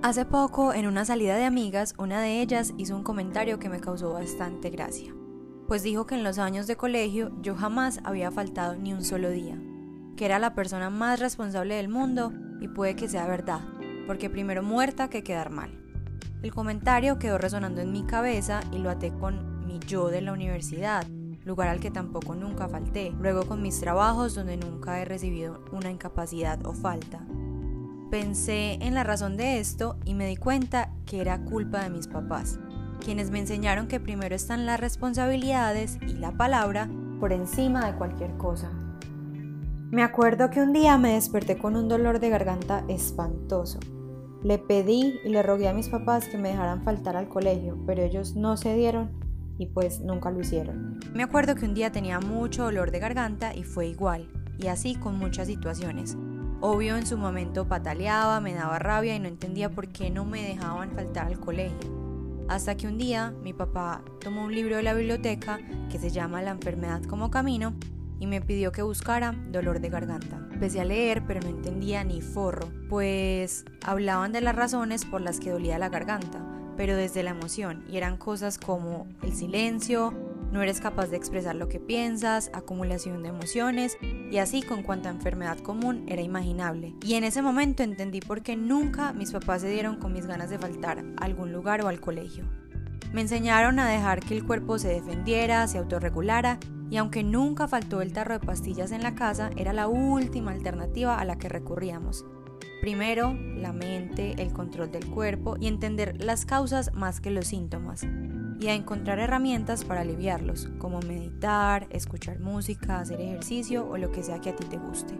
Hace poco, en una salida de amigas, una de ellas hizo un comentario que me causó bastante gracia, pues dijo que en los años de colegio yo jamás había faltado ni un solo día, que era la persona más responsable del mundo y puede que sea verdad, porque primero muerta que quedar mal. El comentario quedó resonando en mi cabeza y lo até con mi yo de la universidad, lugar al que tampoco nunca falté, luego con mis trabajos donde nunca he recibido una incapacidad o falta. Pensé en la razón de esto y me di cuenta que era culpa de mis papás, quienes me enseñaron que primero están las responsabilidades y la palabra por encima de cualquier cosa. Me acuerdo que un día me desperté con un dolor de garganta espantoso. Le pedí y le rogué a mis papás que me dejaran faltar al colegio, pero ellos no cedieron y pues nunca lo hicieron. Me acuerdo que un día tenía mucho dolor de garganta y fue igual, y así con muchas situaciones. Obvio, en su momento pataleaba, me daba rabia y no entendía por qué no me dejaban faltar al colegio. Hasta que un día mi papá tomó un libro de la biblioteca que se llama La enfermedad como camino y me pidió que buscara dolor de garganta. Empecé a leer, pero no entendía ni forro, pues hablaban de las razones por las que dolía la garganta, pero desde la emoción, y eran cosas como el silencio, no eres capaz de expresar lo que piensas, acumulación de emociones, y así con cuanta enfermedad común era imaginable. Y en ese momento entendí por qué nunca mis papás se dieron con mis ganas de faltar a algún lugar o al colegio. Me enseñaron a dejar que el cuerpo se defendiera, se autorregulara, y aunque nunca faltó el tarro de pastillas en la casa, era la última alternativa a la que recurríamos. Primero, la mente, el control del cuerpo y entender las causas más que los síntomas, y a encontrar herramientas para aliviarlos, como meditar, escuchar música, hacer ejercicio o lo que sea que a ti te guste.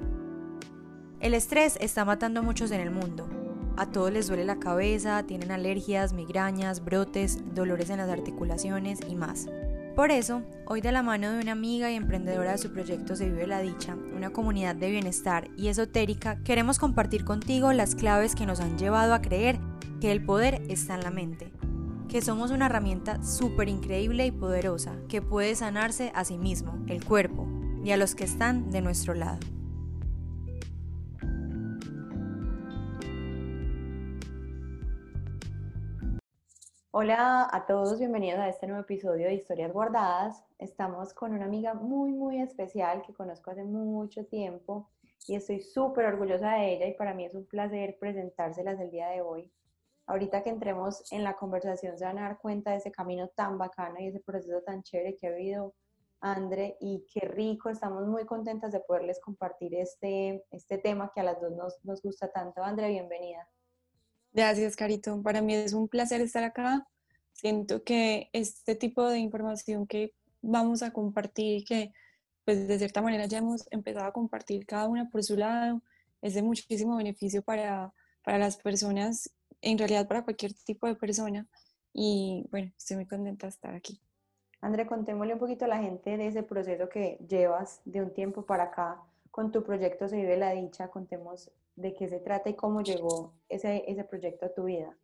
El estrés está matando a muchos en el mundo. A todos les duele la cabeza, tienen alergias, migrañas, brotes, dolores en las articulaciones y más. Por eso, hoy de la mano de una amiga y emprendedora de su proyecto Se Vive la Dicha, una comunidad de bienestar y esotérica, queremos compartir contigo las claves que nos han llevado a creer que el poder está en la mente, que somos una herramienta súper increíble y poderosa que puede sanarse a sí mismo, el cuerpo, y a los que están de nuestro lado. Hola a todos, bienvenidos a este nuevo episodio de Historias Guardadas. Estamos con una amiga muy especial que conozco hace mucho tiempo y estoy súper orgullosa de ella y para mí es un placer presentárselas el día de hoy. Ahorita que entremos en la conversación se van a dar cuenta de ese camino tan bacano y ese proceso tan chévere que ha habido Andre, y qué rico, estamos muy contentas de poderles compartir este tema que a las dos nos gusta tanto. Andre, bienvenida. Gracias, Carito. Para mí es un placer estar acá. Siento que este tipo de información que vamos a compartir y que pues de cierta manera ya hemos empezado a compartir cada una por su lado, es de muchísimo beneficio para las personas, en realidad para cualquier tipo de persona. Y bueno, estoy muy contenta de estar aquí. André, contémosle un poquito a la gente de ese proceso que llevas de un tiempo para acá con tu proyecto Se Vive la Dicha. Contemos de qué se trata y cómo llegó ese proyecto a tu vida.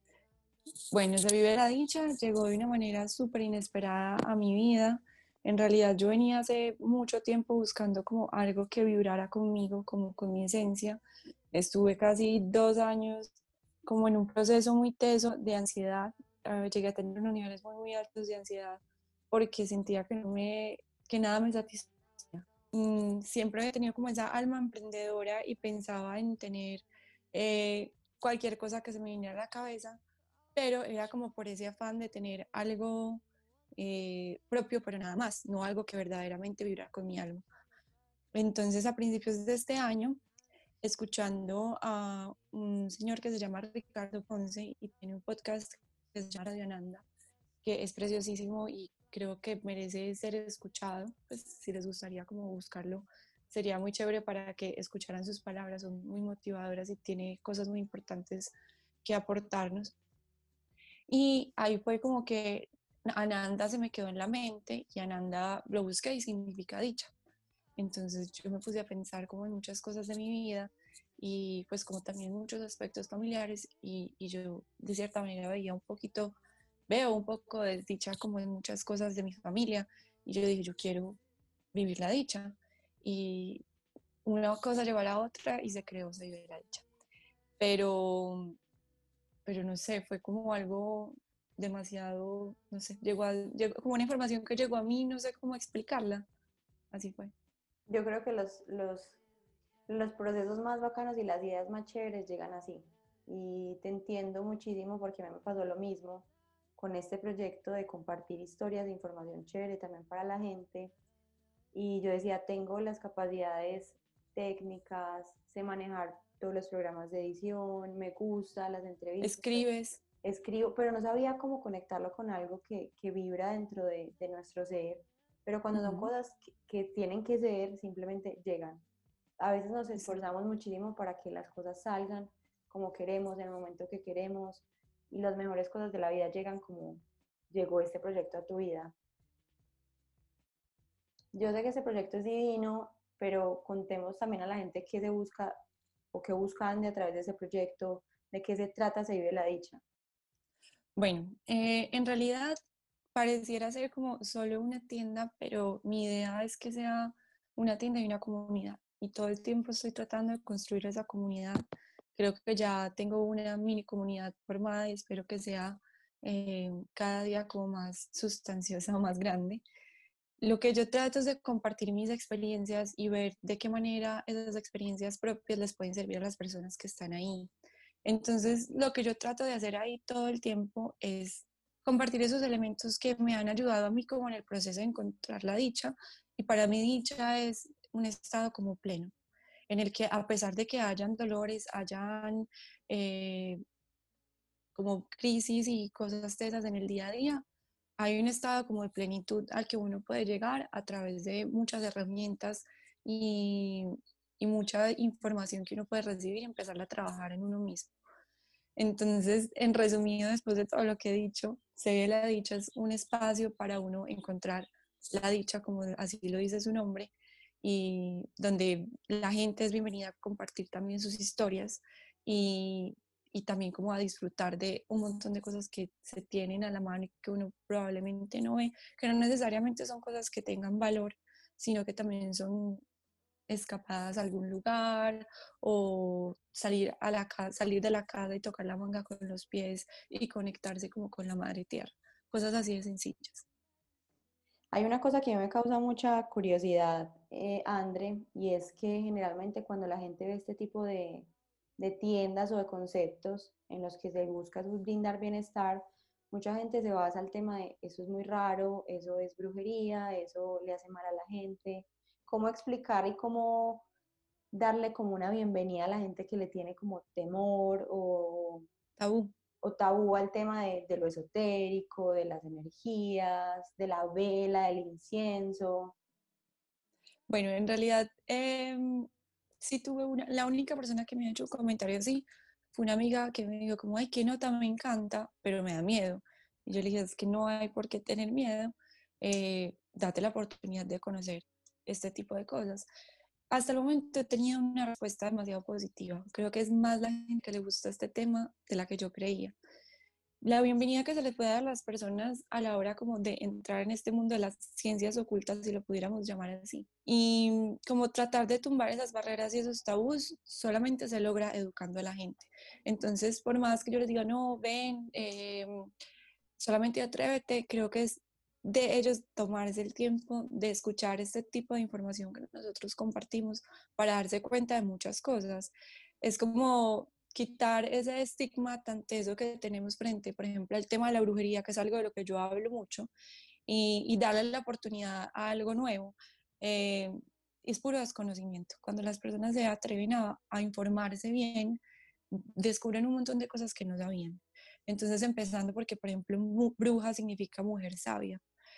Bueno, Se Vive la Dicha llegó de una manera súper inesperada a mi vida. En realidad yo venía hace mucho tiempo buscando como algo que vibrara conmigo, como con mi esencia. Estuve casi 2 años como en un proceso muy teso de ansiedad. Llegué a tener unos niveles muy altos de ansiedad porque sentía que nada me satisfacía. Siempre he tenido como esa alma emprendedora y pensaba en tener cualquier cosa que se me viniera a la cabeza, pero era como por ese afán de tener algo propio, pero nada más, no algo que verdaderamente vibrara con mi alma. Entonces, a principios de este año, escuchando a un señor que se llama Ricardo Ponce y tiene un podcast que se llama Radio Ananda, que es preciosísimo y creo que merece ser escuchado, pues si les gustaría como buscarlo, sería muy chévere para que escucharan sus palabras, son muy motivadoras y tiene cosas muy importantes que aportarnos. Y ahí fue como que Ananda se me quedó en la mente y Ananda lo busqué y significa dicha. Entonces yo me puse a pensar como en muchas cosas de mi vida y pues como también muchos aspectos familiares y yo de cierta manera veo un poco de dicha como en muchas cosas de mi familia y yo dije, yo quiero vivir la dicha y una cosa llevó a la otra y se creó Se Vive la Dicha. Pero pero no sé, fue como algo demasiado, no sé, llegó como una información que llegó a mí, no sé cómo explicarla, así fue. Yo creo que los procesos más bacanos y las ideas más chéveres llegan así. Y te entiendo muchísimo porque a mí me pasó lo mismo con este proyecto de compartir historias de información chévere también para la gente. Y yo decía, tengo las capacidades técnicas, sé manejar todos los programas de edición, me gusta las entrevistas, Escribes. escribo, pero no sabía cómo conectarlo con algo que vibra dentro de nuestro ser. Pero cuando son Ujú, cosas que tienen que ser, simplemente llegan. A veces nos exacto. esforzamos muchísimo para que las cosas salgan como queremos, en el momento que queremos, y las mejores cosas de la vida llegan como llegó este proyecto a tu vida. Yo sé que este proyecto es divino, pero contemos también a la gente qué se busca o qué buscan de a través de ese proyecto, de qué se trata, se vive la dicha. Bueno, en realidad pareciera ser como solo una tienda, pero mi idea es que sea una tienda y una comunidad. Y todo el tiempo estoy tratando de construir esa comunidad. Creo que ya tengo una mini comunidad formada y espero que sea cada día como más sustanciosa o más grande. Lo que yo trato es de compartir mis experiencias y ver de qué manera esas experiencias propias les pueden servir a las personas que están ahí. Entonces, lo que yo trato de hacer ahí todo el tiempo es compartir esos elementos que me han ayudado a mí como en el proceso de encontrar la dicha. Y para mí dicha es un estado como pleno, en el que a pesar de que hayan dolores, hayan eh, como crisis y cosas de esas en el día a día, hay un estado como de plenitud al que uno puede llegar a través de muchas herramientas y, y mucha información que uno puede recibir y empezar a trabajar en uno mismo. Entonces, en resumido, después de todo lo que he dicho, Se ve la dicha es un espacio para uno encontrar la dicha, como así lo dice su nombre, y donde la gente es bienvenida a compartir también sus historias y, y también como a disfrutar de un montón de cosas que se tienen a la mano y que uno probablemente no ve, que no necesariamente son cosas que tengan valor, sino que también son escapadas a algún lugar o salir de la casa y tocar la manga con los pies y conectarse como con la madre tierra. Cosas así de sencillas. Hay una cosa que me causa mucha curiosidad, Andre, y es que generalmente cuando la gente ve este tipo de tiendas o de conceptos en los que se busca brindar bienestar, mucha gente se basa al tema de eso es muy raro, eso es brujería, eso le hace mal a la gente. ¿Cómo explicar y cómo darle como una bienvenida a la gente que le tiene como temor Tabú. o tabú al tema de lo esotérico, de las energías, de la vela, del incienso? Bueno, en realidad sí tuve la única persona que me ha hecho un comentario así fue una amiga que me dijo como, ay, qué nota, me encanta, pero me da miedo. Y yo le dije, es que no hay por qué tener miedo, date la oportunidad de conocer este tipo de cosas. Hasta el momento he tenido una respuesta demasiado positiva. Creo que es más la gente que le gusta este tema de la que yo creía. La bienvenida que se le puede dar a las personas a la hora como de entrar en este mundo de las ciencias ocultas, si lo pudiéramos llamar así. Y como tratar de tumbar esas barreras y esos tabús solamente se logra educando a la gente. Entonces, por más que yo les diga, no, ven, solamente atrévete, creo que es de ellos tomarse el tiempo de escuchar este tipo de información que nosotros compartimos para darse cuenta de muchas cosas. Es como quitar ese estigma tan teso que tenemos frente, por ejemplo, al tema de la brujería, que es algo de lo que yo hablo mucho, y darle la oportunidad a algo nuevo. Eh, es puro desconocimiento. Cuando las personas se atreven a informarse bien, descubren un montón de cosas que no sabían. Entonces, empezando porque, por ejemplo, bruja significa mujer sabia.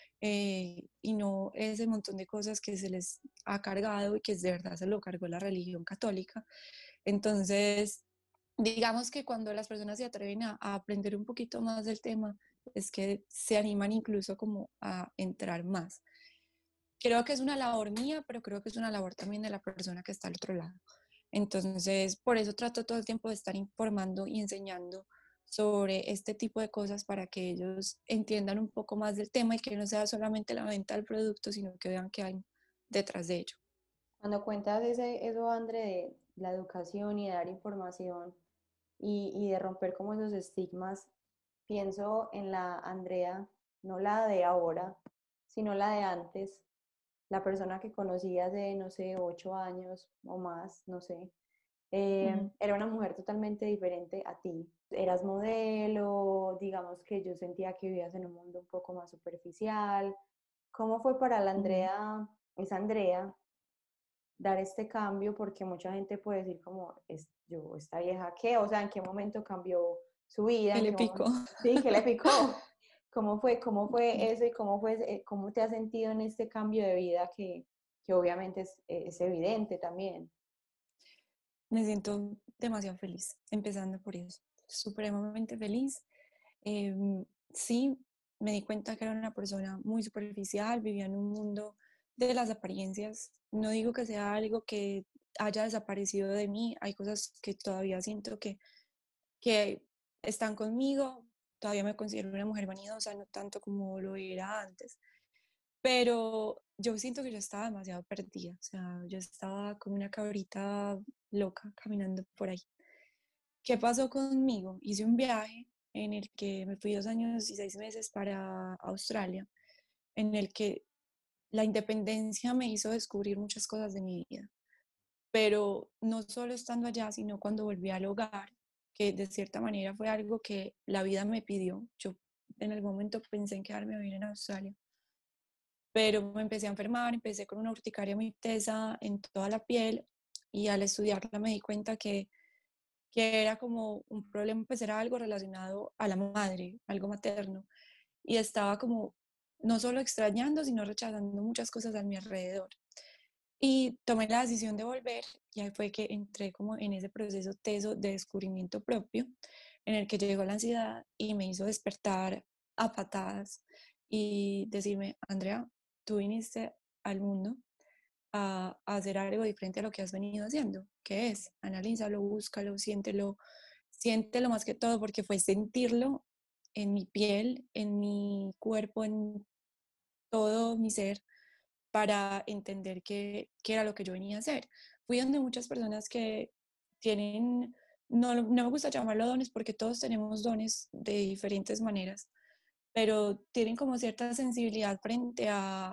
Y no ese montón de cosas que se les ha cargado y que de verdad se lo cargó la religión católica. Entonces, digamos que cuando las personas se atreven a aprender un poquito más del tema, es que se animan incluso como a entrar más. Creo que es una labor mía, pero creo que es una labor también de la persona que está al otro lado. Entonces, por eso trato todo el tiempo de estar informando y enseñando sobre este tipo de cosas para que ellos entiendan un poco más del tema y que no sea solamente la venta del producto, sino que vean qué hay detrás de ello. Cuando cuentas eso, André, de la educación y de dar información, y de romper como esos estigmas, pienso en la Andrea, no la de ahora, sino la de antes, la persona que conocí hace, no sé, 8 años o más, no sé. Ujú. Era una mujer totalmente diferente a ti. Eras modelo, digamos que yo sentía que vivías en un mundo un poco más superficial. ¿Cómo fue para la Ujú. Andrea, esa Andrea, dar este cambio? Porque mucha gente puede decir como, yo, esta vieja, ¿qué? O sea, ¿en qué momento cambió su vida? ¿Qué ¿En le qué picó? momento? Sí, ¿qué le picó? Cómo fue eso y cómo te has sentido en este cambio de vida que obviamente es evidente también? Me siento demasiado feliz, empezando por eso, supremamente feliz. Sí, me di cuenta que era una persona muy superficial, vivía en un mundo de las apariencias. No digo que sea algo que haya desaparecido de mí, hay cosas que todavía siento que están conmigo, todavía me considero una mujer vanidosa, no tanto como lo era antes, pero yo siento que yo estaba demasiado perdida, o sea, yo estaba como una cabrita loca caminando por ahí. ¿Qué pasó conmigo? Hice un viaje en el que me fui 2 años y 6 meses para Australia, en el que la independencia me hizo descubrir muchas cosas de mi vida, pero no solo estando allá, sino cuando volví al hogar, que de cierta manera fue algo que la vida me pidió. Yo en el momento pensé en quedarme a vivir en Australia, pero me empecé a enfermar, empecé con una urticaria muy tesa en toda la piel y al estudiarla me di cuenta que era como un problema, pues era algo relacionado a la madre, algo materno, y estaba como no solo extrañando, sino rechazando muchas cosas a mi alrededor. Y tomé la decisión de volver y ahí fue que entré como en ese proceso teso de descubrimiento propio, en el que llegó la ansiedad y me hizo despertar a patadas y decirme, Andrea, tú viniste al mundo a hacer algo diferente a lo que has venido haciendo. ¿Qué es? Analízalo, búscalo, siéntelo más que todo, porque fue sentirlo en mi piel, en mi cuerpo, en todo mi ser, para entender qué era lo que yo venía a hacer. Fui donde muchas personas que tienen, no me gusta llamarlo dones porque todos tenemos dones de diferentes maneras, pero tienen como cierta sensibilidad frente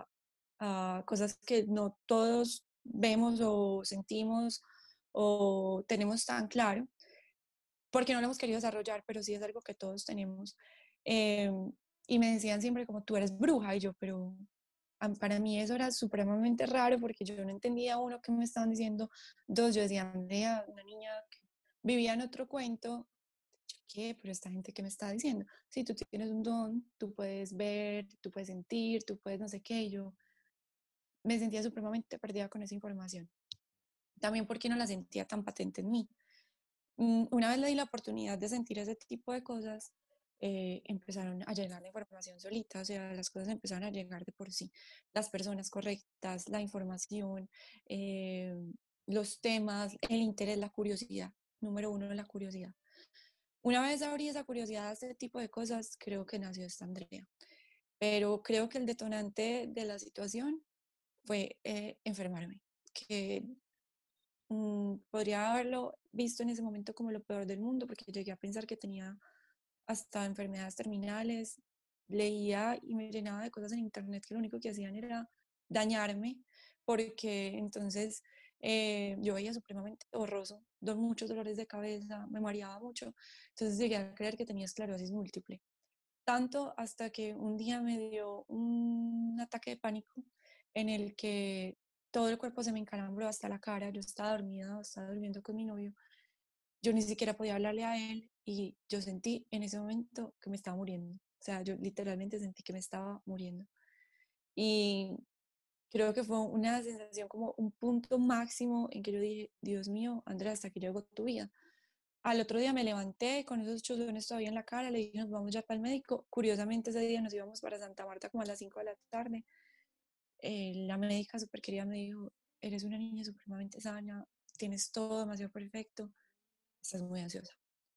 a cosas que no todos vemos o sentimos o tenemos tan claro, porque no lo hemos querido desarrollar, pero sí es algo que todos tenemos. Eh, y me decían siempre como tú eres bruja, y yo, pero para mí eso era supremamente raro porque yo no entendía, uno, qué me estaban diciendo, dos, yo decía, Andrea, una niña que vivía en otro cuento, yo, ¿qué? Pero esta gente, ¿qué me está diciendo? Si tú tienes un don, tú puedes ver, tú puedes sentir, tú puedes no sé qué, y yo me sentía supremamente perdida con esa información. También porque no la sentía tan patente en mí. Una vez le di la oportunidad de sentir ese tipo de cosas, empezaron a llegar la información solita, o sea, las cosas empezaron a llegar de por sí, las personas correctas, la información, eh, los temas, el interés, la curiosidad. Número uno, la curiosidad. Una vez abrí esa curiosidad a este tipo de cosas, creo que nació esta Andrea. Pero creo que el detonante de la situación fue enfermarme, que podría haberlo visto en ese momento como lo peor del mundo, porque llegué a pensar que tenía hasta enfermedades terminales, leía y me llenaba de cosas en internet que lo único que hacían era dañarme, porque entonces yo veía supremamente borroso, muchos dolores de cabeza, me mareaba mucho, entonces llegué a creer que tenía esclerosis múltiple, tanto hasta que un día me dio un ataque de pánico en el que todo el cuerpo se me encalambró hasta la cara, yo estaba dormida, estaba durmiendo con mi novio, yo ni siquiera podía hablarle a él y yo sentí en ese momento que me estaba muriendo, o sea, yo literalmente sentí que me estaba muriendo. Y creo que fue una sensación como un punto máximo en que yo dije, Dios mío, Andrea, hasta que llegó tu vida. Al otro día me levanté con esos chuzones todavía en la cara, le dije, nos vamos ya para el médico. Curiosamente ese día nos íbamos para Santa Marta como a las 5 de la tarde. La médica súper querida me dijo, eres una niña supremamente sana, tienes todo demasiado perfecto, estás muy ansiosa.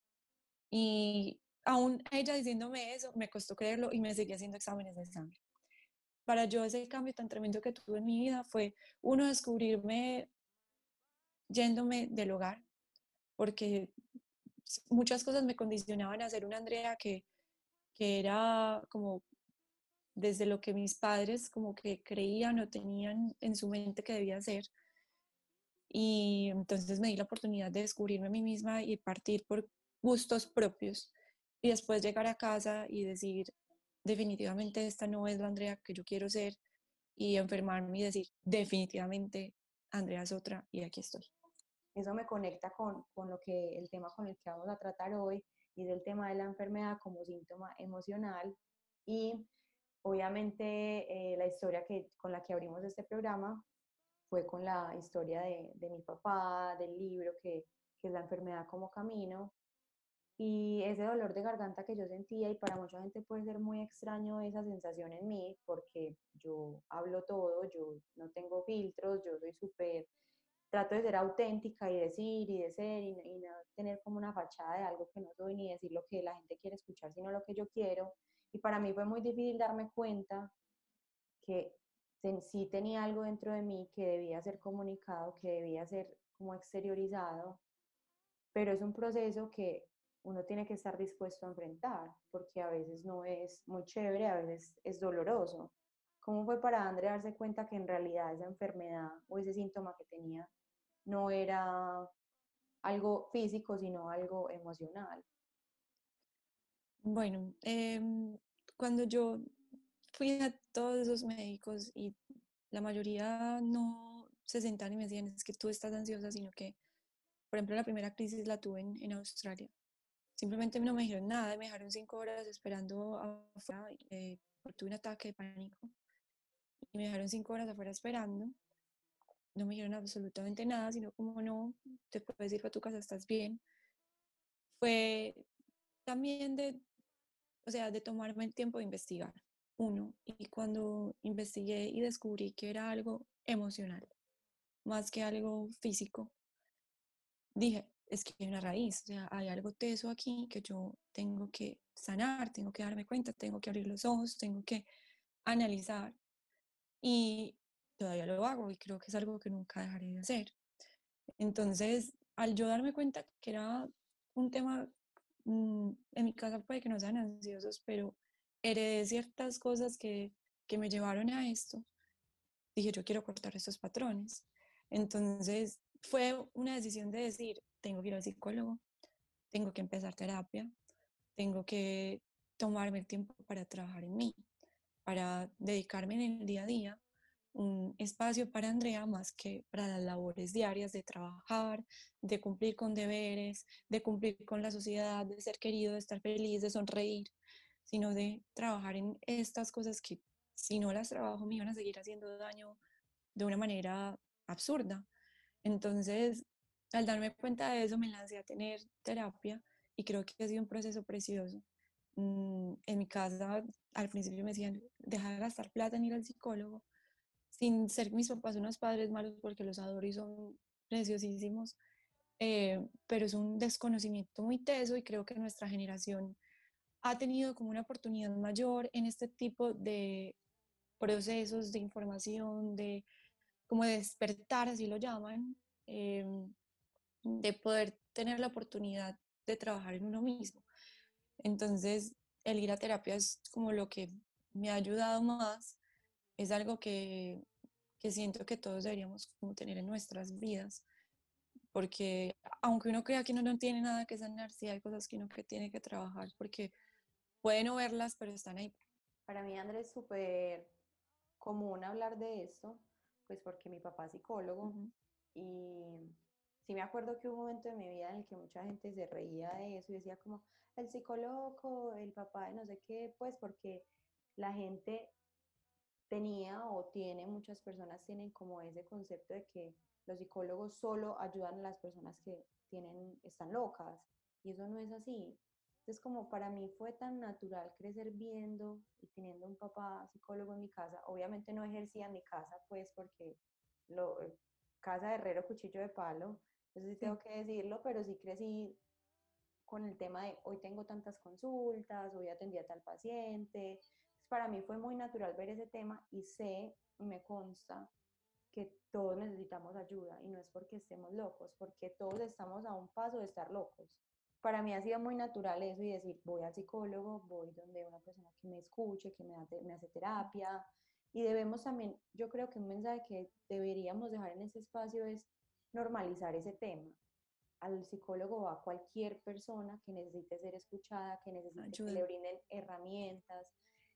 Y aún ella diciéndome eso, me costó creerlo y me seguía haciendo exámenes de sangre. Para yo ese cambio tan tremendo que tuve en mi vida fue, uno, descubrirme yéndome del hogar, porque muchas cosas me condicionaban a ser una Andrea que era como desde lo que mis padres como que creían o tenían en su mente que debía ser. Y entonces me di la oportunidad de descubrirme a mí misma y partir por gustos propios. Y después llegar a casa y decir, definitivamente esta no es la Andrea que yo quiero ser. Y enfermarme y decir, definitivamente Andrea es otra y aquí estoy. Eso me conecta con lo que, el tema con el que vamos a tratar hoy, y es el tema de la enfermedad como síntoma emocional. Y obviamente la historia con la que abrimos este programa fue con la historia de mi papá, del libro que es La enfermedad como camino. Y ese dolor de garganta que yo sentía, y para mucha gente puede ser muy extraño esa sensación en mí, porque yo hablo todo, yo no tengo filtros, yo soy súper, trato de ser auténtica y decir y de ser y no tener como una fachada de algo que no soy, ni decir lo que la gente quiere escuchar, sino lo que yo quiero. Y para mí fue muy difícil darme cuenta que sí tenía algo dentro de mí que debía ser comunicado, que debía ser como exteriorizado, pero es un proceso que uno tiene que estar dispuesto a enfrentar, porque a veces no es muy chévere, a veces es doloroso. ¿Cómo fue para André darse cuenta que en realidad esa enfermedad o ese síntoma que tenía no era algo físico, sino algo emocional? Bueno, cuando yo fui a todos esos médicos y la mayoría no se sentaban y me decían, es que tú estás ansiosa, sino que, por ejemplo, la primera crisis la tuve en Australia. Simplemente no me dijeron nada, me dejaron 5 horas esperando afuera, porque tuve un ataque de pánico y me dejaron 5 horas afuera esperando. No me dijeron absolutamente nada, sino como no, te puedes ir a tu casa, estás bien. Fue también o sea, de tomarme el tiempo de investigar, uno, y cuando investigué y descubrí que era algo emocional, más que algo físico, dije, es que hay una raíz, o sea, hay algo teso aquí que yo tengo que sanar, tengo que darme cuenta, tengo que abrir los ojos, tengo que analizar, y todavía lo hago y creo que es algo que nunca dejaré de hacer. Entonces, al yo darme cuenta que era un tema, en mi casa puede que no sean ansiosos, pero heredé ciertas cosas que me llevaron a esto, dije, yo quiero cortar estos patrones. Entonces, fue una decisión de decir, tengo que ir al psicólogo, tengo que empezar terapia, tengo que tomarme el tiempo para trabajar en mí, para dedicarme en el día a día un espacio para Andrea más que para las labores diarias de trabajar, de cumplir con deberes, de cumplir con la sociedad, de ser querido, de estar feliz, de sonreír, sino de trabajar en estas cosas que si no las trabajo me iban a seguir haciendo daño de una manera absurda. Entonces, al darme cuenta de eso, me lancé a tener terapia y creo que ha sido un proceso precioso. En mi casa, al principio me decían, deja de gastar plata en ir al psicólogo, sin ser mis papás unos padres malos, porque los adoro y son preciosísimos, pero es un desconocimiento muy teso y creo que nuestra generación ha tenido como una oportunidad mayor en este tipo de procesos de información, de como de despertar, así lo llaman, eh, de poder tener la oportunidad de trabajar en uno mismo. Entonces, el ir a terapia es como lo que me ha ayudado más, es algo que siento que todos deberíamos como tener en nuestras vidas, porque aunque uno crea que uno no tiene nada que sanar, sí hay cosas que uno que tiene que trabajar, porque puede no verlas, pero están ahí. Para mí, Andrés, es súper común hablar de esto, pues porque mi papá es psicólogo, Ujú. y sí me acuerdo que hubo un momento de mi vida en el que mucha gente se reía de eso y decía como, el psicólogo, el papá de no sé qué, pues porque la gente tenía o tiene, muchas personas tienen como ese concepto de que los psicólogos solo ayudan a las personas que están locas, y eso no es así. Entonces, como para mí fue tan natural crecer viendo y teniendo un papá psicólogo en mi casa, obviamente no ejercía en mi casa, pues porque lo, casa de herrero, cuchillo de palo, eso sí Sí. tengo que decirlo, pero sí crecí con el tema de hoy tengo tantas consultas, hoy atendí a tal paciente. Para mí fue muy natural ver ese tema y sé, me consta que todos necesitamos ayuda, y no es porque estemos locos, porque todos estamos a un paso de estar locos. para mí ha sido muy natural eso y decir, voy al psicólogo, voy donde una persona que me escuche, que me hace terapia. Y debemos también, yo creo que un mensaje que deberíamos dejar en ese espacio es normalizar ese tema. Al psicólogo va cualquier persona que necesite ser escuchada, que necesite que Ayuda. le brinden herramientas.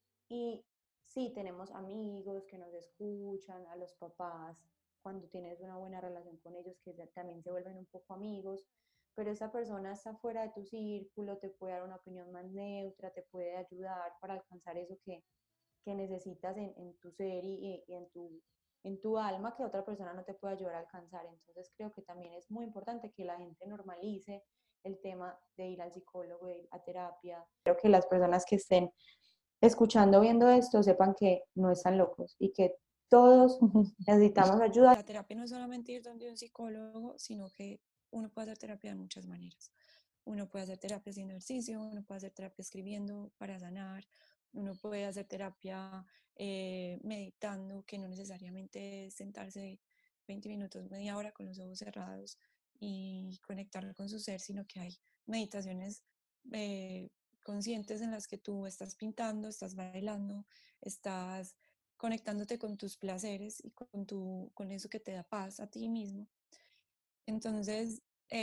Y sí, tenemos amigos que nos escuchan, a los papás, cuando tienes una buena relación con ellos, que también se vuelven un poco amigos, pero esa persona está fuera de tu círculo, te puede dar una opinión más neutra, te puede ayudar para alcanzar eso que necesitas en tu ser y en tu alma que otra persona no te puede ayudar a alcanzar. Entonces creo que también es muy importante que la gente normalice el tema de ir al psicólogo, de ir a terapia. Creo que las personas que estén escuchando, viendo esto, sepan que no están locos y que todos necesitamos ayuda. La terapia no es solamente ir donde un psicólogo, sino que uno puede hacer terapia de muchas maneras. Uno puede hacer terapia haciendo ejercicio, uno puede hacer terapia escribiendo para sanar, uno puede hacer terapia meditando, que no necesariamente es sentarse 20 minutos, media hora con los ojos cerrados y conectar con su ser, sino que hay meditaciones conscientes en las que tú estás pintando, estás bailando, estás conectándote con tus placeres y con eso que te da paz a ti mismo. Entonces,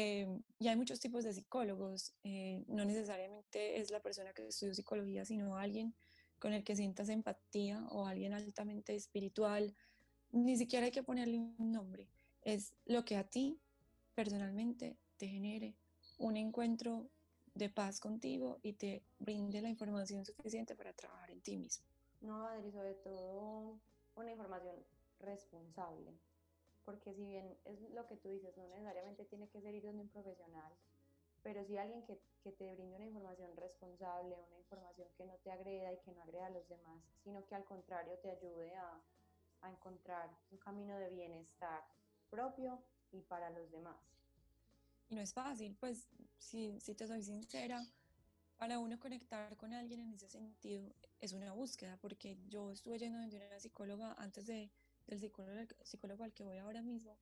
y hay muchos tipos de psicólogos, no necesariamente es la persona que estudió psicología, sino alguien con el que sientas empatía o alguien altamente espiritual. Ni siquiera hay que ponerle un nombre, es lo que a ti personalmente te genere un encuentro de paz contigo y te brinde la información suficiente para trabajar en ti mismo. No, Adri, sobre todo una información responsable, porque si bien es lo que tú dices, no necesariamente tiene que ser ir donde un profesional, pero sí alguien que te brinde una información responsable, una información que no te agreda y que no agreda a los demás, sino que al contrario te ayude a encontrar un camino de bienestar propio y para los demás. Y no es fácil, pues si te soy sincera, para uno conectar con alguien en ese sentido es una búsqueda, porque yo estuve yendo de una psicóloga antes del psicólogo al que voy ahora mismo,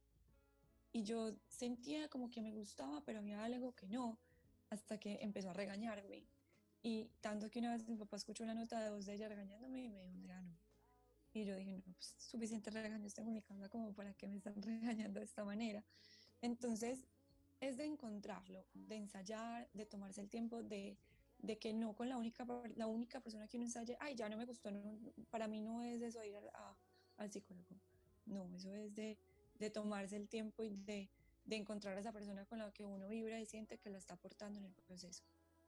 y yo sentía como que me gustaba, pero había algo que no, hasta que empezó a regañarme. Y tanto que una vez mi papá escuchó una nota de voz de ella regañándome y me dijo, Andrea, no. Y yo dije, no, pues suficiente regaños tengo en mi casa como para que me están regañando de esta manera. Entonces, es de encontrarlo, de ensayar, de tomarse el tiempo, de que no con la única persona que uno ensaye, ay, ya no me gustó, no, para mí no es eso ir al psicólogo. No, eso es de tomarse el tiempo y de encontrar a esa persona con la que uno vibra y siente que lo está aportando en el proceso.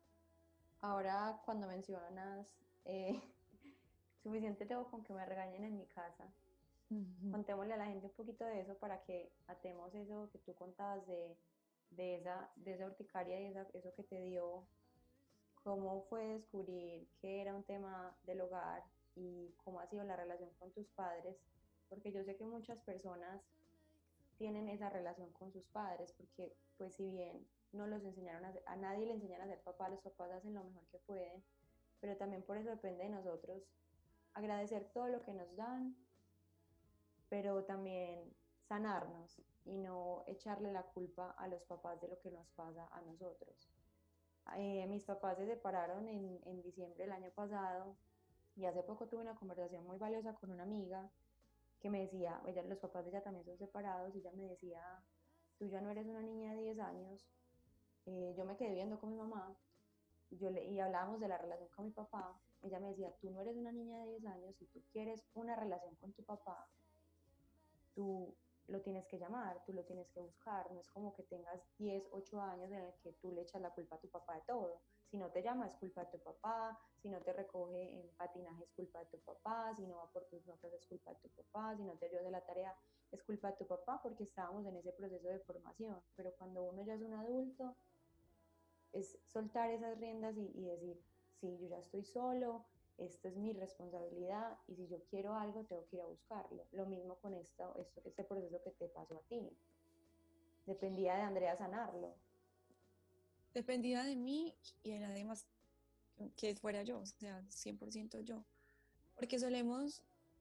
Ahora, cuando mencionas, eh, suficiente tengo con que me regañen en mi casa. Contémosle a la gente un poquito de eso para que atemos eso que tú contabas de esa urticaria y eso que te dio, cómo fue descubrir que era un tema del hogar y cómo ha sido la relación con tus padres, porque yo sé que muchas personas tienen esa relación con sus padres, porque pues si bien no los enseñaron a nadie le enseñan a ser papá, los papás hacen lo mejor que pueden, pero también por eso depende de nosotros agradecer todo lo que nos dan, pero también sanarnos y no echarle la culpa a los papás de lo que nos pasa a nosotros. Mis papás se separaron en diciembre del año pasado y hace poco tuve una conversación muy valiosa con una amiga que me decía, los papás de ella también son separados y ella me decía, tú ya no eres una niña de 10 años, yo me quedé viendo con mi mamá y hablábamos de la relación con mi papá, ella me decía, tú no eres una niña de 10 años, si tú quieres una relación con tu papá, tú lo tienes que llamar, tú lo tienes que buscar, no es como que tengas 10, 8 años en el que tú le echas la culpa a tu papá de todo. Si no te llama es culpa de tu papá, si no te recoge en patinaje es culpa de tu papá, si no va por tus notas es culpa de tu papá, si no te ayuda de la tarea es culpa de tu papá porque estábamos en ese proceso de formación. Pero cuando uno ya es un adulto, es soltar esas riendas y decir, sí, yo ya estoy solo, esta es mi responsabilidad y si yo quiero algo tengo que ir a buscarlo. Lo mismo con este proceso que te pasó a ti. Dependía de Andrea sanarlo. Dependía de mí y de nadie más que fuera yo, o sea, 100% yo. Porque solemos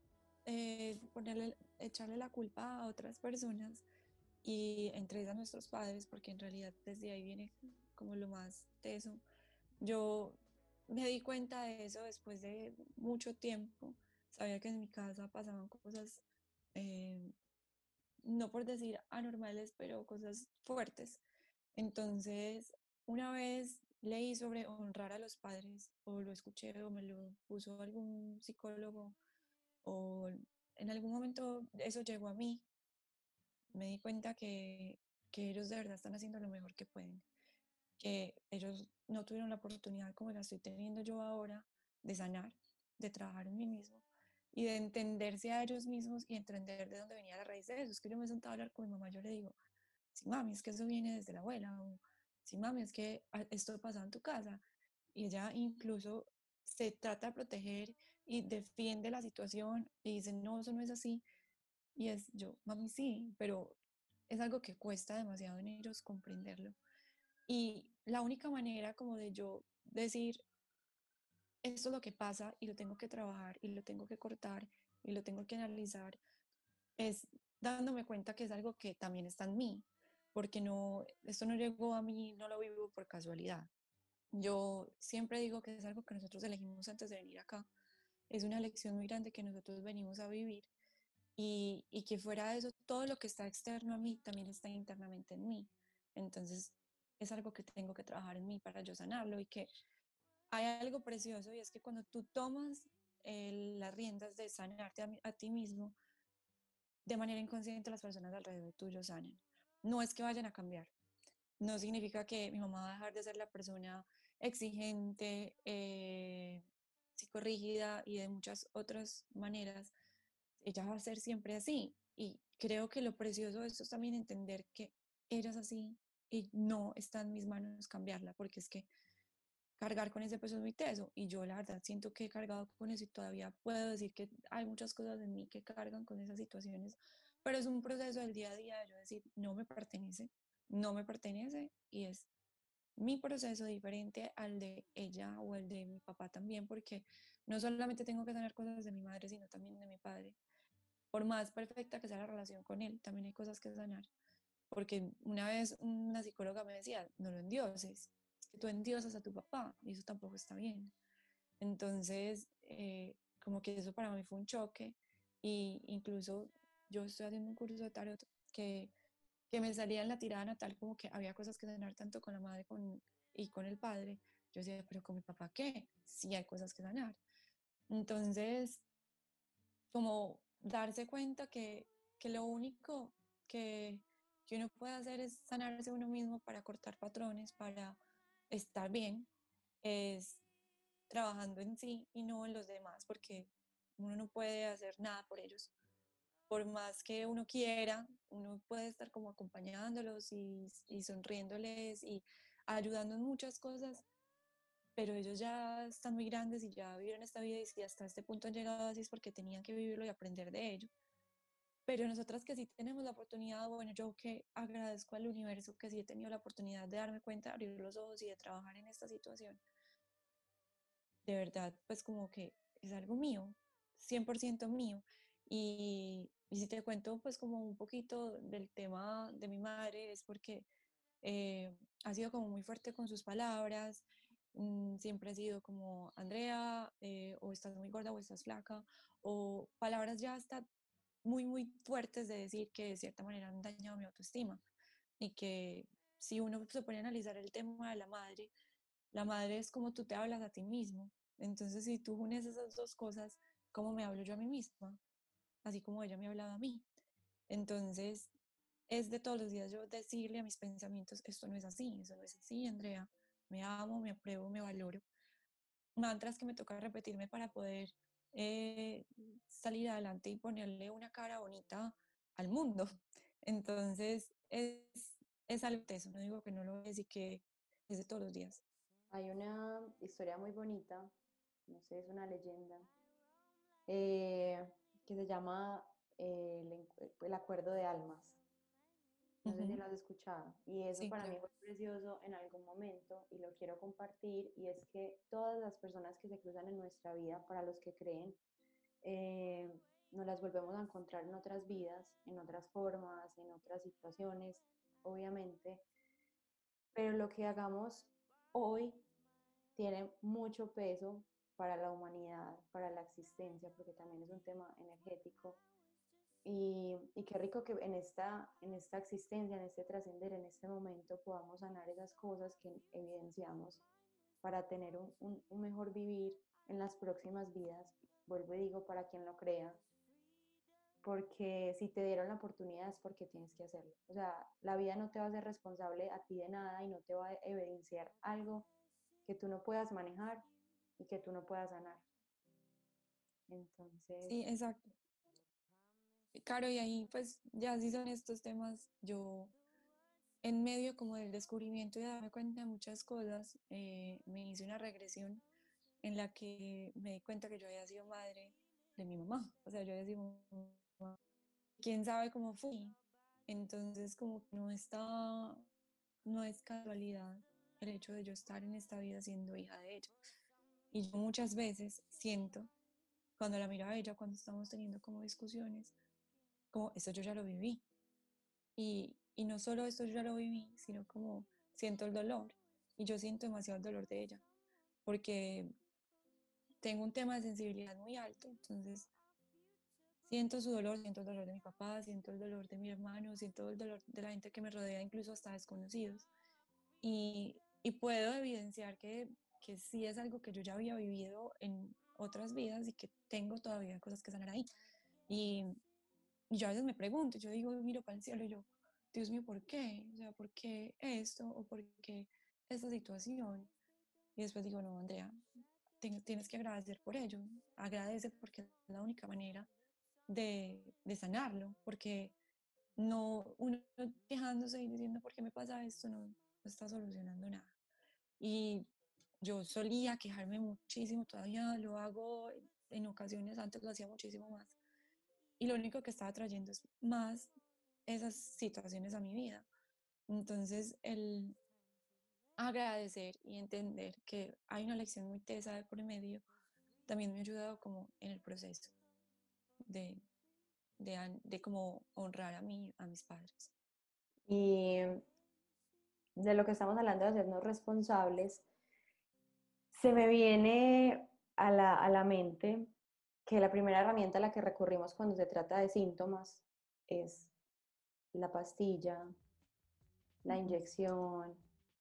echarle la culpa a otras personas y entre ellas a nuestros padres, porque en realidad desde ahí viene como lo más teso. Yo me di cuenta de eso después de mucho tiempo. Sabía que en mi casa pasaban cosas, eh, no por decir anormales, pero cosas fuertes. Entonces, una vez leí sobre honrar a los padres, o lo escuché, o me lo puso algún psicólogo, o en algún momento eso llegó a mí. Me di cuenta que ellos de verdad están haciendo lo mejor que pueden, que ellos no tuvieron la oportunidad como la estoy teniendo yo ahora de sanar, de trabajar en mí mismo y de entenderse a ellos mismos y entender de dónde venía la raíz de eso. Es que yo me he sentado a hablar con mi mamá, yo le digo, sí, mami, es que eso viene desde la abuela, o sí, mami, es que esto pasó en tu casa. Y ella incluso se trata de proteger y defiende la situación y dice, no, eso no es así. Y es yo, mami, sí, pero es algo que cuesta demasiado en ellos comprenderlo. Y la única manera como de yo decir, esto es lo que pasa y lo tengo que trabajar y lo tengo que cortar y lo tengo que analizar, es dándome cuenta que es algo que también está en mí, porque no, esto no llegó a mí, no lo vivo por casualidad. Yo siempre digo que es algo que nosotros elegimos antes de venir acá. Es una lección muy grande que nosotros venimos a vivir y que fuera de eso, todo lo que está externo a mí también está internamente en mí. Entonces, es algo que tengo que trabajar en mí para yo sanarlo y que hay algo precioso y es que cuando tú tomas las riendas de sanarte a ti mismo, de manera inconsciente las personas alrededor tuyo sanan. No es que vayan a cambiar, no significa que mi mamá va a dejar de ser la persona exigente, psicorrígida y de muchas otras maneras. Ella va a ser siempre así. Y creo que lo precioso de esto es también entender que ella es así y no está en mis manos cambiarla, porque es que cargar con ese peso es muy teso. Y yo la verdad siento que he cargado con eso y todavía puedo decir que hay muchas cosas en mí que cargan con esas situaciones, pero es un proceso del día a día de yo decir, no me pertenece, no me pertenece y es mi proceso diferente al de ella o el de mi papá también, porque no solamente tengo que sanar cosas de mi madre, sino también de mi padre. Por más perfecta que sea la relación con él, también hay cosas que sanar. Porque una vez una psicóloga me decía, no lo endioses, es que tú endiosas a tu papá y eso tampoco está bien. Entonces, como que eso para mí fue un choque y incluso yo estoy haciendo un curso de tarot que me salía en la tirada natal como que había cosas que sanar tanto con la madre y con el padre. Yo decía, pero con mi papá, ¿qué? Sí hay cosas que sanar. Entonces, como darse cuenta que lo único que uno puede hacer es sanarse uno mismo para cortar patrones, para estar bien, es trabajando en sí y no en los demás, porque uno no puede hacer nada por ellos. Por más que uno quiera, uno puede estar como acompañándolos y sonriéndoles y ayudando en muchas cosas, pero ellos ya están muy grandes y ya vivieron esta vida y si hasta este punto han llegado así es porque tenían que vivirlo y aprender de ello. Pero nosotras que sí tenemos la oportunidad, bueno, yo que agradezco al universo que sí he tenido la oportunidad de darme cuenta, de abrir los ojos y de trabajar en esta situación, de verdad, pues como que es algo mío, 100% mío. Y si te cuento pues como un poquito del tema de mi madre, es porque ha sido como muy fuerte con sus palabras, siempre ha sido como, Andrea, o estás muy gorda o estás flaca, o palabras ya hasta muy, muy fuertes de decir que de cierta manera han dañado mi autoestima y que si uno se pone a analizar el tema de la madre es como tú te hablas a ti mismo. Entonces, si tú unes esas dos cosas, ¿cómo me hablo yo a mí misma? Así como ella me hablaba a mí. Entonces, es de todos los días yo decirle a mis pensamientos, esto no es así, eso no es así, Andrea, me amo, me apruebo, me valoro. Mantras que me toca repetirme para poder salir adelante y ponerle una cara bonita al mundo. Entonces, es algo de eso, no digo que no lo es y que es de todos los días. Hay una historia muy bonita, no sé, es una leyenda, que se llama el Acuerdo de Almas. No sé si Ujú. lo has escuchado. Y eso Sí, para mí claro. fue precioso en algún momento y lo quiero compartir. Y es que todas las personas que se cruzan en nuestra vida, para los que creen, eh, nos las volvemos a encontrar en otras vidas, en otras formas, en otras situaciones, obviamente. pero lo que hagamos hoy tiene mucho peso para la humanidad, para la existencia, porque también es un tema energético. Y qué rico que en esta existencia, en este trascender, en este momento podamos sanar esas cosas que evidenciamos para tener un mejor vivir en las próximas vidas. Vuelvo y digo, para quien lo crea, porque si te dieron la oportunidad es porque tienes que hacerlo. O sea, la vida no te va a hacer responsable a ti de nada y no te va a evidenciar algo que tú no puedas manejar y que tú no puedas sanar. Entonces, Sí, exacto. Claro, y ahí pues ya si son estos temas, yo en medio como del descubrimiento y de darme cuenta de muchas cosas, me hice una regresión en la que me di cuenta que yo había sido madre de mi mamá, o sea, yo había sido mamá, quién sabe cómo fui, entonces como que no es casualidad el hecho de yo estar en esta vida siendo hija de ella. Y yo muchas veces siento, cuando la miro a ella, cuando estamos teniendo como discusiones, como esto yo ya lo viví. Y no solo esto yo ya lo viví, sino como siento el dolor. Y yo siento demasiado el dolor de ella, porque tengo un tema de sensibilidad muy alto, entonces siento su dolor, siento el dolor de mi papá, siento el dolor de mi hermano, siento el dolor de la gente que me rodea, incluso hasta desconocidos. Y puedo evidenciar que sí es algo que yo ya había vivido en otras vidas y que tengo todavía cosas que sanar ahí. Y, y yo a veces me pregunto, yo digo, miro para el cielo y yo, Dios mío, ¿por qué? O sea, ¿por qué esto? ¿O por qué esta situación? Y después digo, no, Andrea, tienes que agradecer por ello. Agradece porque es la única manera de sanarlo, porque no uno quejándose y diciendo por qué me pasa esto no está solucionando nada. Y yo solía quejarme muchísimo, todavía lo hago en ocasiones, antes lo hacía muchísimo más. Y lo único que estaba trayendo es más esas situaciones a mi vida. Entonces, el agradecer y entender que hay una lección muy tesa de por medio también me ha ayudado como en el proceso de, de como honrar a mis padres. y de lo que estamos hablando de hacernos responsables, se me viene a la mente que la primera herramienta a la que recurrimos cuando se trata de síntomas es la pastilla, la inyección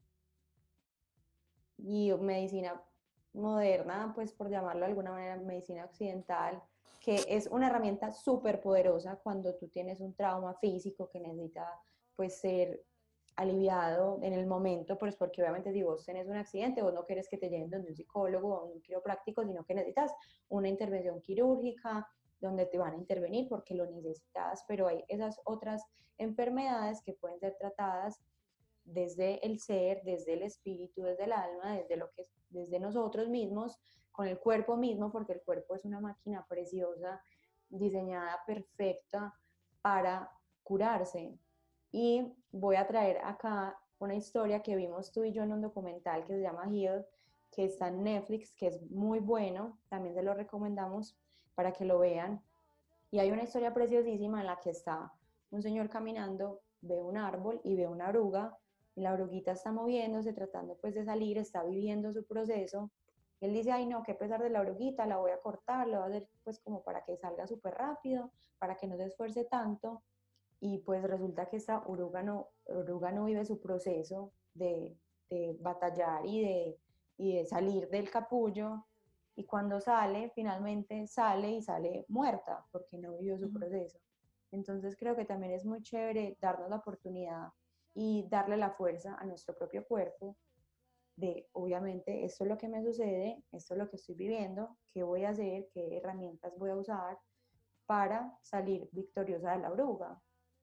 y medicina moderna, pues por llamarlo de alguna manera, medicina occidental, que es una herramienta súper poderosa cuando tú tienes un trauma físico que necesita pues ser aliviado en el momento, pues porque obviamente si vos tenés un accidente, vos no querés que te lleven donde un psicólogo o un quiropráctico, sino que necesitas una intervención quirúrgica donde te van a intervenir porque lo necesitas, pero hay esas otras enfermedades que pueden ser tratadas desde el ser, desde el espíritu, desde el alma, desde lo que desde nosotros mismos, con el cuerpo mismo, porque el cuerpo es una máquina preciosa, diseñada perfecta para curarse. Y voy a traer acá una historia que vimos tú y yo en un documental que se llama Heal, que está en Netflix, que es muy bueno, también se lo recomendamos para que lo vean. Y hay una historia preciosísima en la que está un señor caminando, ve un árbol y ve una oruga, y la oruguita está moviéndose, tratando pues de salir, está viviendo su proceso. Él dice, ay no, qué pesar de la oruguita, la voy a cortar, lo voy a hacer pues como para que salga súper rápido, para que no se esfuerce tanto. Y pues resulta que esta oruga no vive su proceso de batallar y de salir del capullo, y cuando sale, finalmente sale y sale muerta porque no vivió su proceso. Entonces creo que también es muy chévere darnos la oportunidad y darle la fuerza a nuestro propio cuerpo de, obviamente, esto es lo que me sucede, esto es lo que estoy viviendo, qué voy a hacer, qué herramientas voy a usar para salir victoriosa de la oruga.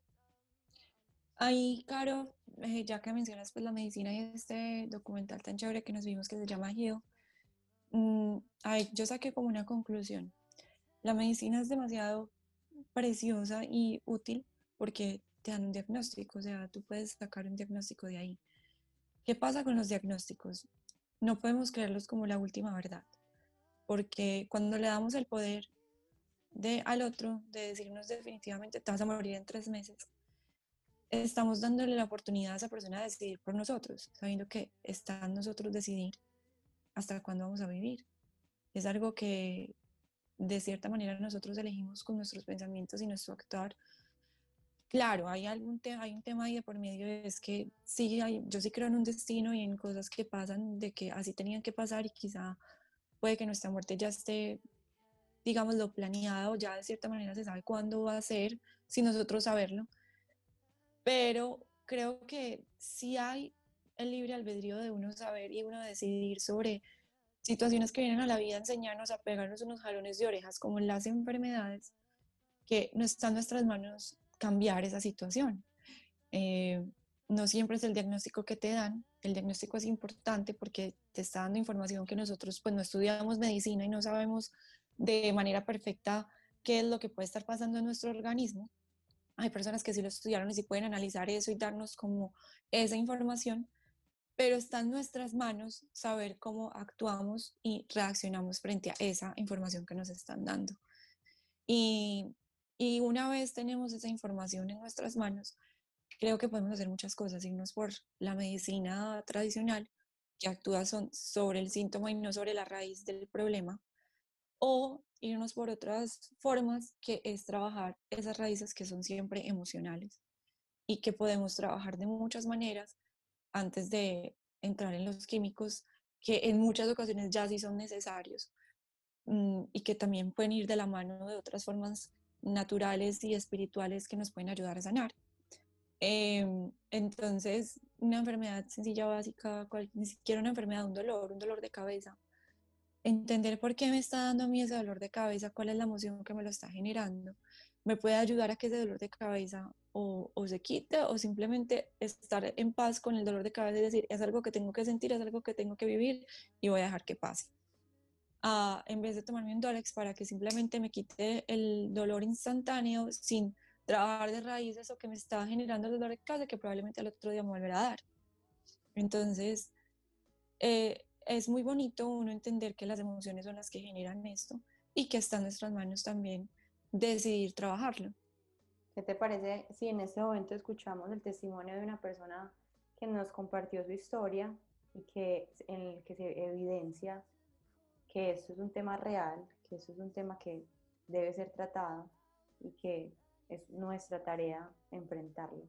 Ahí, Caro, ya que mencionas pues la medicina y este documental tan chévere que nos vimos que se llama Heal, yo saqué como una conclusión. La medicina es demasiado preciosa y útil porque te dan un diagnóstico, o sea, tú puedes sacar un diagnóstico de ahí. ¿Qué pasa con los diagnósticos? No podemos creerlos como la última verdad, porque cuando le damos el poder al otro de decirnos definitivamente te vas a morir en 3 meses, estamos dándole la oportunidad a esa persona de decidir por nosotros, sabiendo que está en nosotros decidir hasta cuándo vamos a vivir. Es algo que de cierta manera nosotros elegimos con nuestros pensamientos y nuestro actuar. Claro, hay hay un tema ahí de por medio, es que sí, yo sí creo en un destino y en cosas que pasan, de que así tenían que pasar y quizá puede que nuestra muerte ya esté, digamos, lo planeado, ya de cierta manera se sabe cuándo va a ser, sin nosotros saberlo, pero creo que sí hay el libre albedrío de uno saber y uno decidir sobre situaciones que vienen a la vida, enseñarnos a pegarnos unos jalones de orejas, como las enfermedades, que no está en nuestras manos cambiar esa situación. Eh, no siempre es el diagnóstico que te dan, el diagnóstico es importante porque te está dando información que nosotros pues no estudiamos medicina y no sabemos de manera perfecta qué es lo que puede estar pasando en nuestro organismo. Hay personas que sí lo estudiaron y sí pueden analizar eso y darnos como esa información, pero está en nuestras manos saber cómo actuamos y reaccionamos frente a esa información que nos están dando. Y, y una vez tenemos esa información en nuestras manos, creo que podemos hacer muchas cosas, irnos por la medicina tradicional, que actúa sobre el síntoma y no sobre la raíz del problema, o irnos por otras formas, que es trabajar esas raíces que son siempre emocionales y que podemos trabajar de muchas maneras antes de entrar en los químicos, que en muchas ocasiones ya sí son necesarios, y que también pueden ir de la mano de otras formas naturales y espirituales que nos pueden ayudar a sanar. Entonces, una enfermedad sencilla, básica, ni siquiera una enfermedad, un dolor de cabeza. Entender por qué me está dando a mí ese dolor de cabeza, cuál es la emoción que me lo está generando, me puede ayudar a que ese dolor de cabeza o se quite o simplemente estar en paz con el dolor de cabeza y decir, es algo que tengo que sentir, es algo que tengo que vivir y voy a dejar que pase. En vez de tomarme un Dolex para que simplemente me quite el dolor instantáneo sin trabajar de raíz eso que me está generando el dolor de cabeza, que probablemente al otro día me volverá a dar. Entonces, es muy bonito uno entender que las emociones son las que generan esto y que está en nuestras manos también decidir trabajarlo. ¿Qué te parece si en este momento escuchamos el testimonio de una persona que nos compartió su historia y en el que se evidencia que esto es un tema real, que esto es un tema que debe ser tratado y que es nuestra tarea enfrentarlo?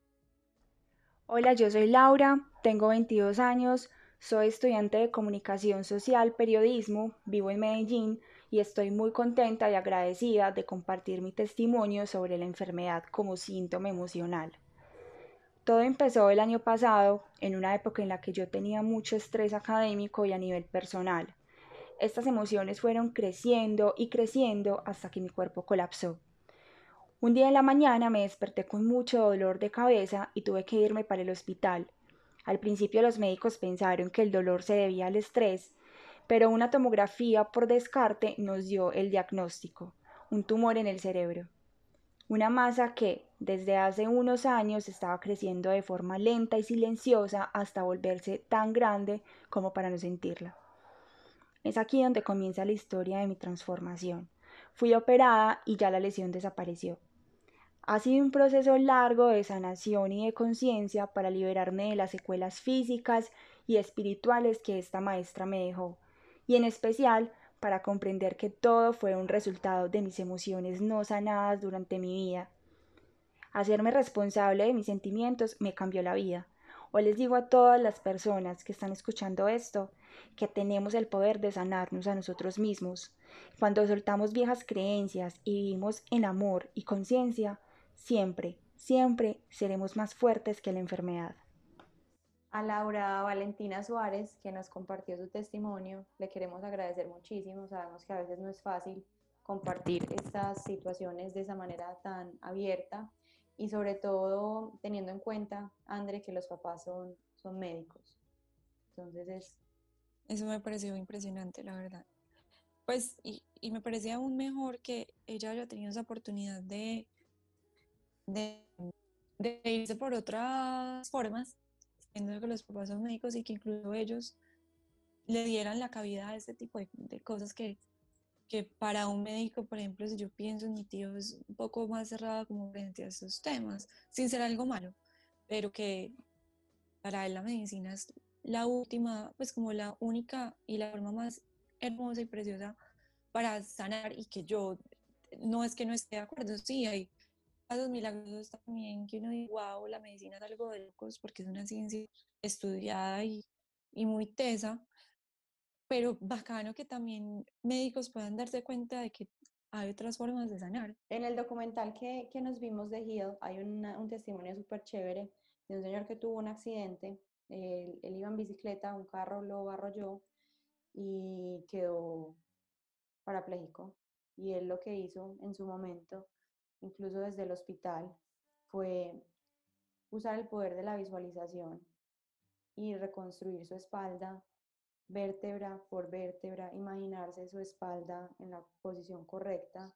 Hola, yo soy Laura, tengo 22 años, soy estudiante de Comunicación Social, Periodismo, vivo en Medellín y estoy muy contenta y agradecida de compartir mi testimonio sobre la enfermedad como síntoma emocional. Todo empezó el año pasado, en una época en la que yo tenía mucho estrés académico y a nivel personal. Estas emociones fueron creciendo y creciendo hasta que mi cuerpo colapsó. Un día en la mañana me desperté con mucho dolor de cabeza y tuve que irme para el hospital. Al principio los médicos pensaron que el dolor se debía al estrés, pero una tomografía por descarte nos dio el diagnóstico, un tumor en el cerebro. Una masa que, desde hace unos años, estaba creciendo de forma lenta y silenciosa hasta volverse tan grande como para no sentirla. Es aquí donde comienza la historia de mi transformación. Fui operada y ya la lesión desapareció. Ha sido un proceso largo de sanación y de conciencia para liberarme de las secuelas físicas y espirituales que esta maestra me dejó, y en especial para comprender que todo fue un resultado de mis emociones no sanadas durante mi vida. Hacerme responsable de mis sentimientos me cambió la vida. Hoy les digo a todas las personas que están escuchando esto que tenemos el poder de sanarnos a nosotros mismos. Cuando soltamos viejas creencias y vivimos en amor y conciencia, siempre, siempre seremos más fuertes que la enfermedad. A Laura Valentina Suárez, que nos compartió su testimonio, le queremos agradecer muchísimo. Sabemos que a veces no es fácil compartir estas situaciones de esa manera tan abierta y sobre todo teniendo en cuenta, André, que los papás son médicos. Entonces Eso me pareció impresionante, la verdad. Pues, y me parecía aún mejor que ella haya tenido esa oportunidad de, de irse por otras formas, siendo que los papás son médicos y que incluso ellos le dieran la cabida a este tipo de cosas que que para un médico, por ejemplo, si yo pienso en mi tío, es un poco más cerrado como frente a estos temas, sin ser algo malo, pero que para él la medicina es la última, pues como la única y la forma más hermosa y preciosa para sanar, y que yo no es que no esté de acuerdo, sí, hay casos milagrosos también que uno dice, wow, la medicina es algo de locos porque es una ciencia estudiada y muy tesa, pero bacano que también médicos puedan darse cuenta de que hay otras formas de sanar. En el documental que nos vimos de Hill hay un testimonio súper chévere de un señor que tuvo un accidente. Él iba en bicicleta, un carro lo arrolló y quedó parapléjico. Y él lo que hizo en su momento, incluso desde el hospital, fue usar el poder de la visualización y reconstruir su espalda vértebra por vértebra, imaginarse su espalda en la posición correcta,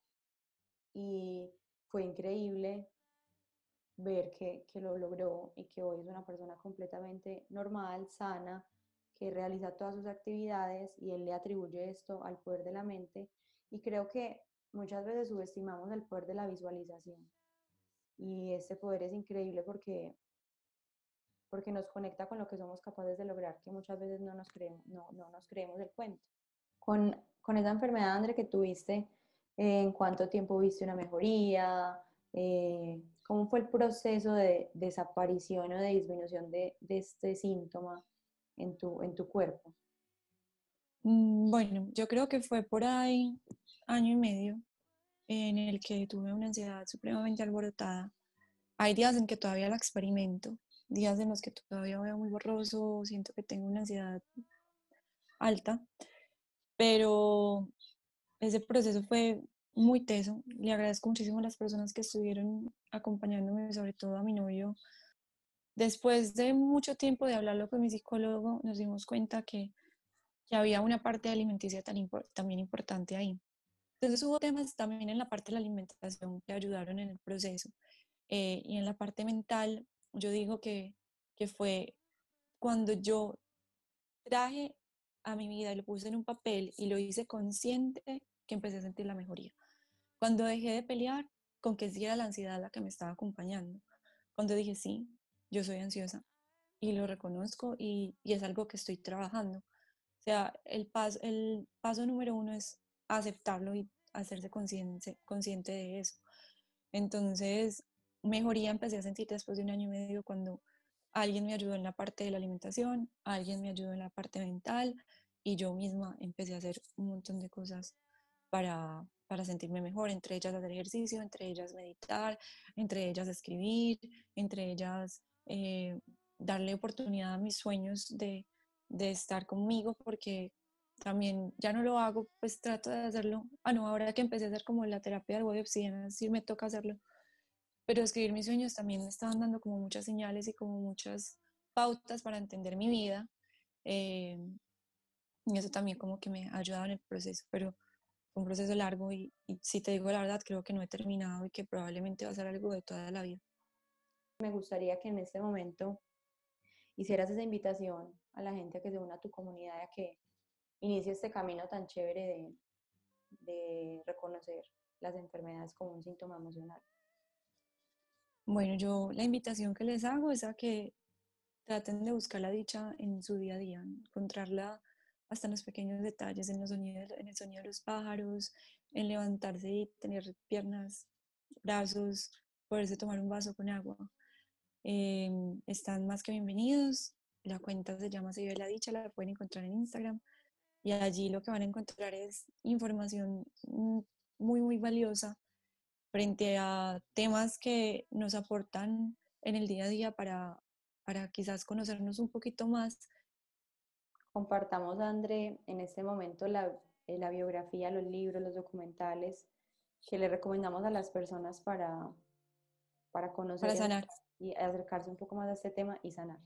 y fue increíble ver que lo logró y que hoy es una persona completamente normal, sana, que realiza todas sus actividades, y él le atribuye esto al poder de la mente. Y creo que muchas veces subestimamos el poder de la visualización, y este poder es increíble porque nos conecta con lo que somos capaces de lograr, que muchas veces no nos creemos el cuento. Con esa enfermedad, André, que tuviste, ¿en cuánto tiempo viste una mejoría? ¿Cómo fue el proceso de desaparición o de disminución de este síntoma en tu cuerpo? Bueno, yo creo que fue por ahí año y medio en el que tuve una ansiedad supremamente alborotada. Hay días en que todavía la experimento, días en los que todavía veo muy borroso, siento que tengo una ansiedad alta, pero ese proceso fue muy teso. Le agradezco muchísimo a las personas que estuvieron acompañándome, sobre todo a mi novio. Después de mucho tiempo de hablarlo con mi psicólogo, nos dimos cuenta que había una parte alimenticia también importante ahí. Entonces hubo temas también en la parte de la alimentación que ayudaron en el proceso. Y en la parte mental, yo digo que fue cuando yo traje a mi vida y lo puse en un papel y lo hice consciente, que empecé a sentir la mejoría. Cuando dejé de pelear con que sí era la ansiedad la que me estaba acompañando. Cuando dije, sí, yo soy ansiosa y lo reconozco, y es algo que estoy trabajando. O sea, el paso número uno es aceptarlo y hacerse consciente de eso. Entonces, mejoría empecé a sentir después de un año y medio cuando alguien me ayudó en la parte de la alimentación, alguien me ayudó en la parte mental, y yo misma empecé a hacer un montón de cosas para sentirme mejor, entre ellas hacer ejercicio, entre ellas meditar, entre ellas escribir, entre ellas darle oportunidad a mis sueños de estar conmigo, porque también ya no lo hago, pues trato de hacerlo. Ah, no, ahora que empecé a hacer como la terapia del huevo de obsidiana, sí me toca hacerlo, pero escribir mis sueños también me estaban dando como muchas señales y como muchas pautas para entender mi vida, eh, y eso también como que me ha ayudado en el proceso, pero fue un proceso largo, y si te digo la verdad, creo que no he terminado y que probablemente va a ser algo de toda la vida. Me gustaría que en este momento hicieras esa invitación a la gente a que se una a tu comunidad, a que inicie este camino tan chévere de reconocer las enfermedades como un síntoma emocional. Bueno, yo la invitación que les hago es a que traten de buscar la dicha en su día a día, encontrarla hasta en los pequeños detalles, en en el sonido de los pájaros, en levantarse y tener piernas, brazos, poderse tomar un vaso con agua. Están más que bienvenidos. La cuenta se llama Se Vive la Dicha, la pueden encontrar en Instagram, y allí lo que van a encontrar es información muy valiosa frente a temas que nos aportan en el día a día para quizás conocernos un poquito más. Compartamos, André, en este momento la biografía, los libros, los documentales que le recomendamos a las personas para conocer Para sanar. y acercarse un poco más a este tema y sanar.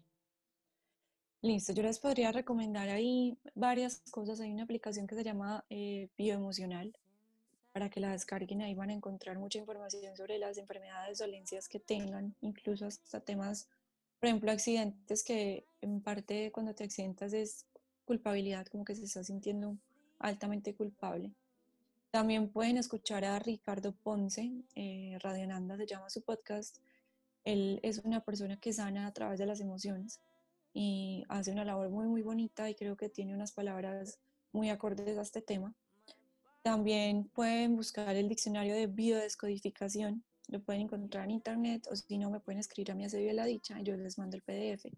Listo, yo les podría recomendar ahí varias cosas. Hay una aplicación que se llama Bioemocional, para que la descarguen. Ahí van a encontrar mucha información sobre las enfermedades, dolencias que tengan, incluso hasta temas, por ejemplo, accidentes, que en parte cuando te accidentas es culpabilidad, como que se está sintiendo altamente culpable. También pueden escuchar a Ricardo Ponce, Radionanda se llama su podcast. Él es una persona que sana a través de las emociones y hace una labor muy, muy bonita y creo que tiene unas palabras muy acordes a este tema. También pueden buscar el diccionario de biodescodificación, lo pueden encontrar en internet o si no me pueden escribir a mí a Se Vive la Dicha y yo les mando el PDF.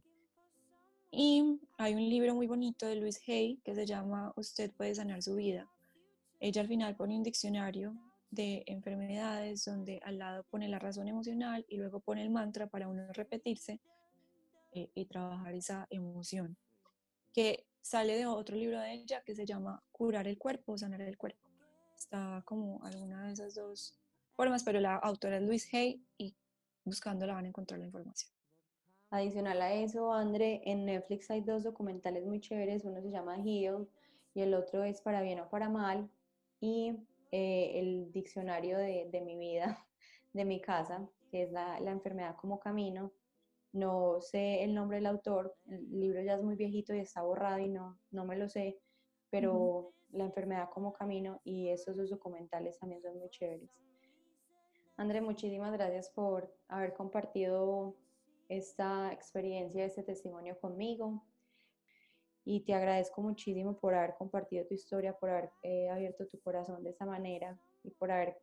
Y hay un libro muy bonito de Louise Hay que se llama Usted puede sanar su vida. Ella al final pone un diccionario de enfermedades donde al lado pone la razón emocional y luego pone el mantra para uno repetirse y trabajar esa emoción, que sale de otro libro de ella que se llama Curar el cuerpo o sanar el cuerpo. Está como alguna de esas dos formas, pero la autora es Louise Hay y buscándola van a encontrar la información. Adicional a eso, André, en Netflix hay dos documentales muy chéveres, uno se llama Heal y el otro es Para bien o para mal, y el diccionario de mi vida, de mi casa, que es la enfermedad como camino. No sé el nombre del autor, el libro ya es muy viejito y está borrado y no me lo sé, pero la enfermedad como camino y estos dos documentales también son muy chéveres. André, muchísimas gracias por haber compartido esta experiencia, este testimonio conmigo y te agradezco muchísimo por haber compartido tu historia, por haber abierto tu corazón de esta manera y por haber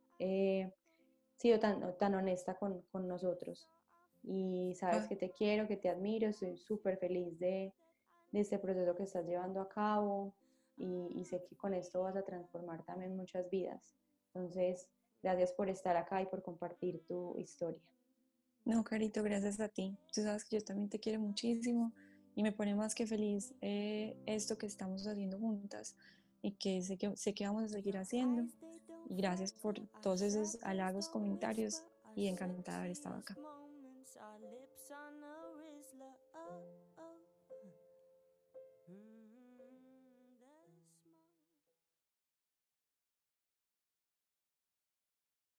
sido tan honesta con nosotros. Y sabes Ah, que te quiero, que te admiro, estoy súper feliz de este proceso que estás llevando a cabo y sé que con esto vas a transformar también muchas vidas. Entonces, gracias por estar acá y por compartir tu historia. no, Carito, gracias a ti. Tú sabes que yo también te quiero muchísimo y me pone más que feliz esto que estamos haciendo juntas y que sé que vamos a seguir haciendo. Y gracias por todos esos halagos, comentarios y encantada de haber estado acá.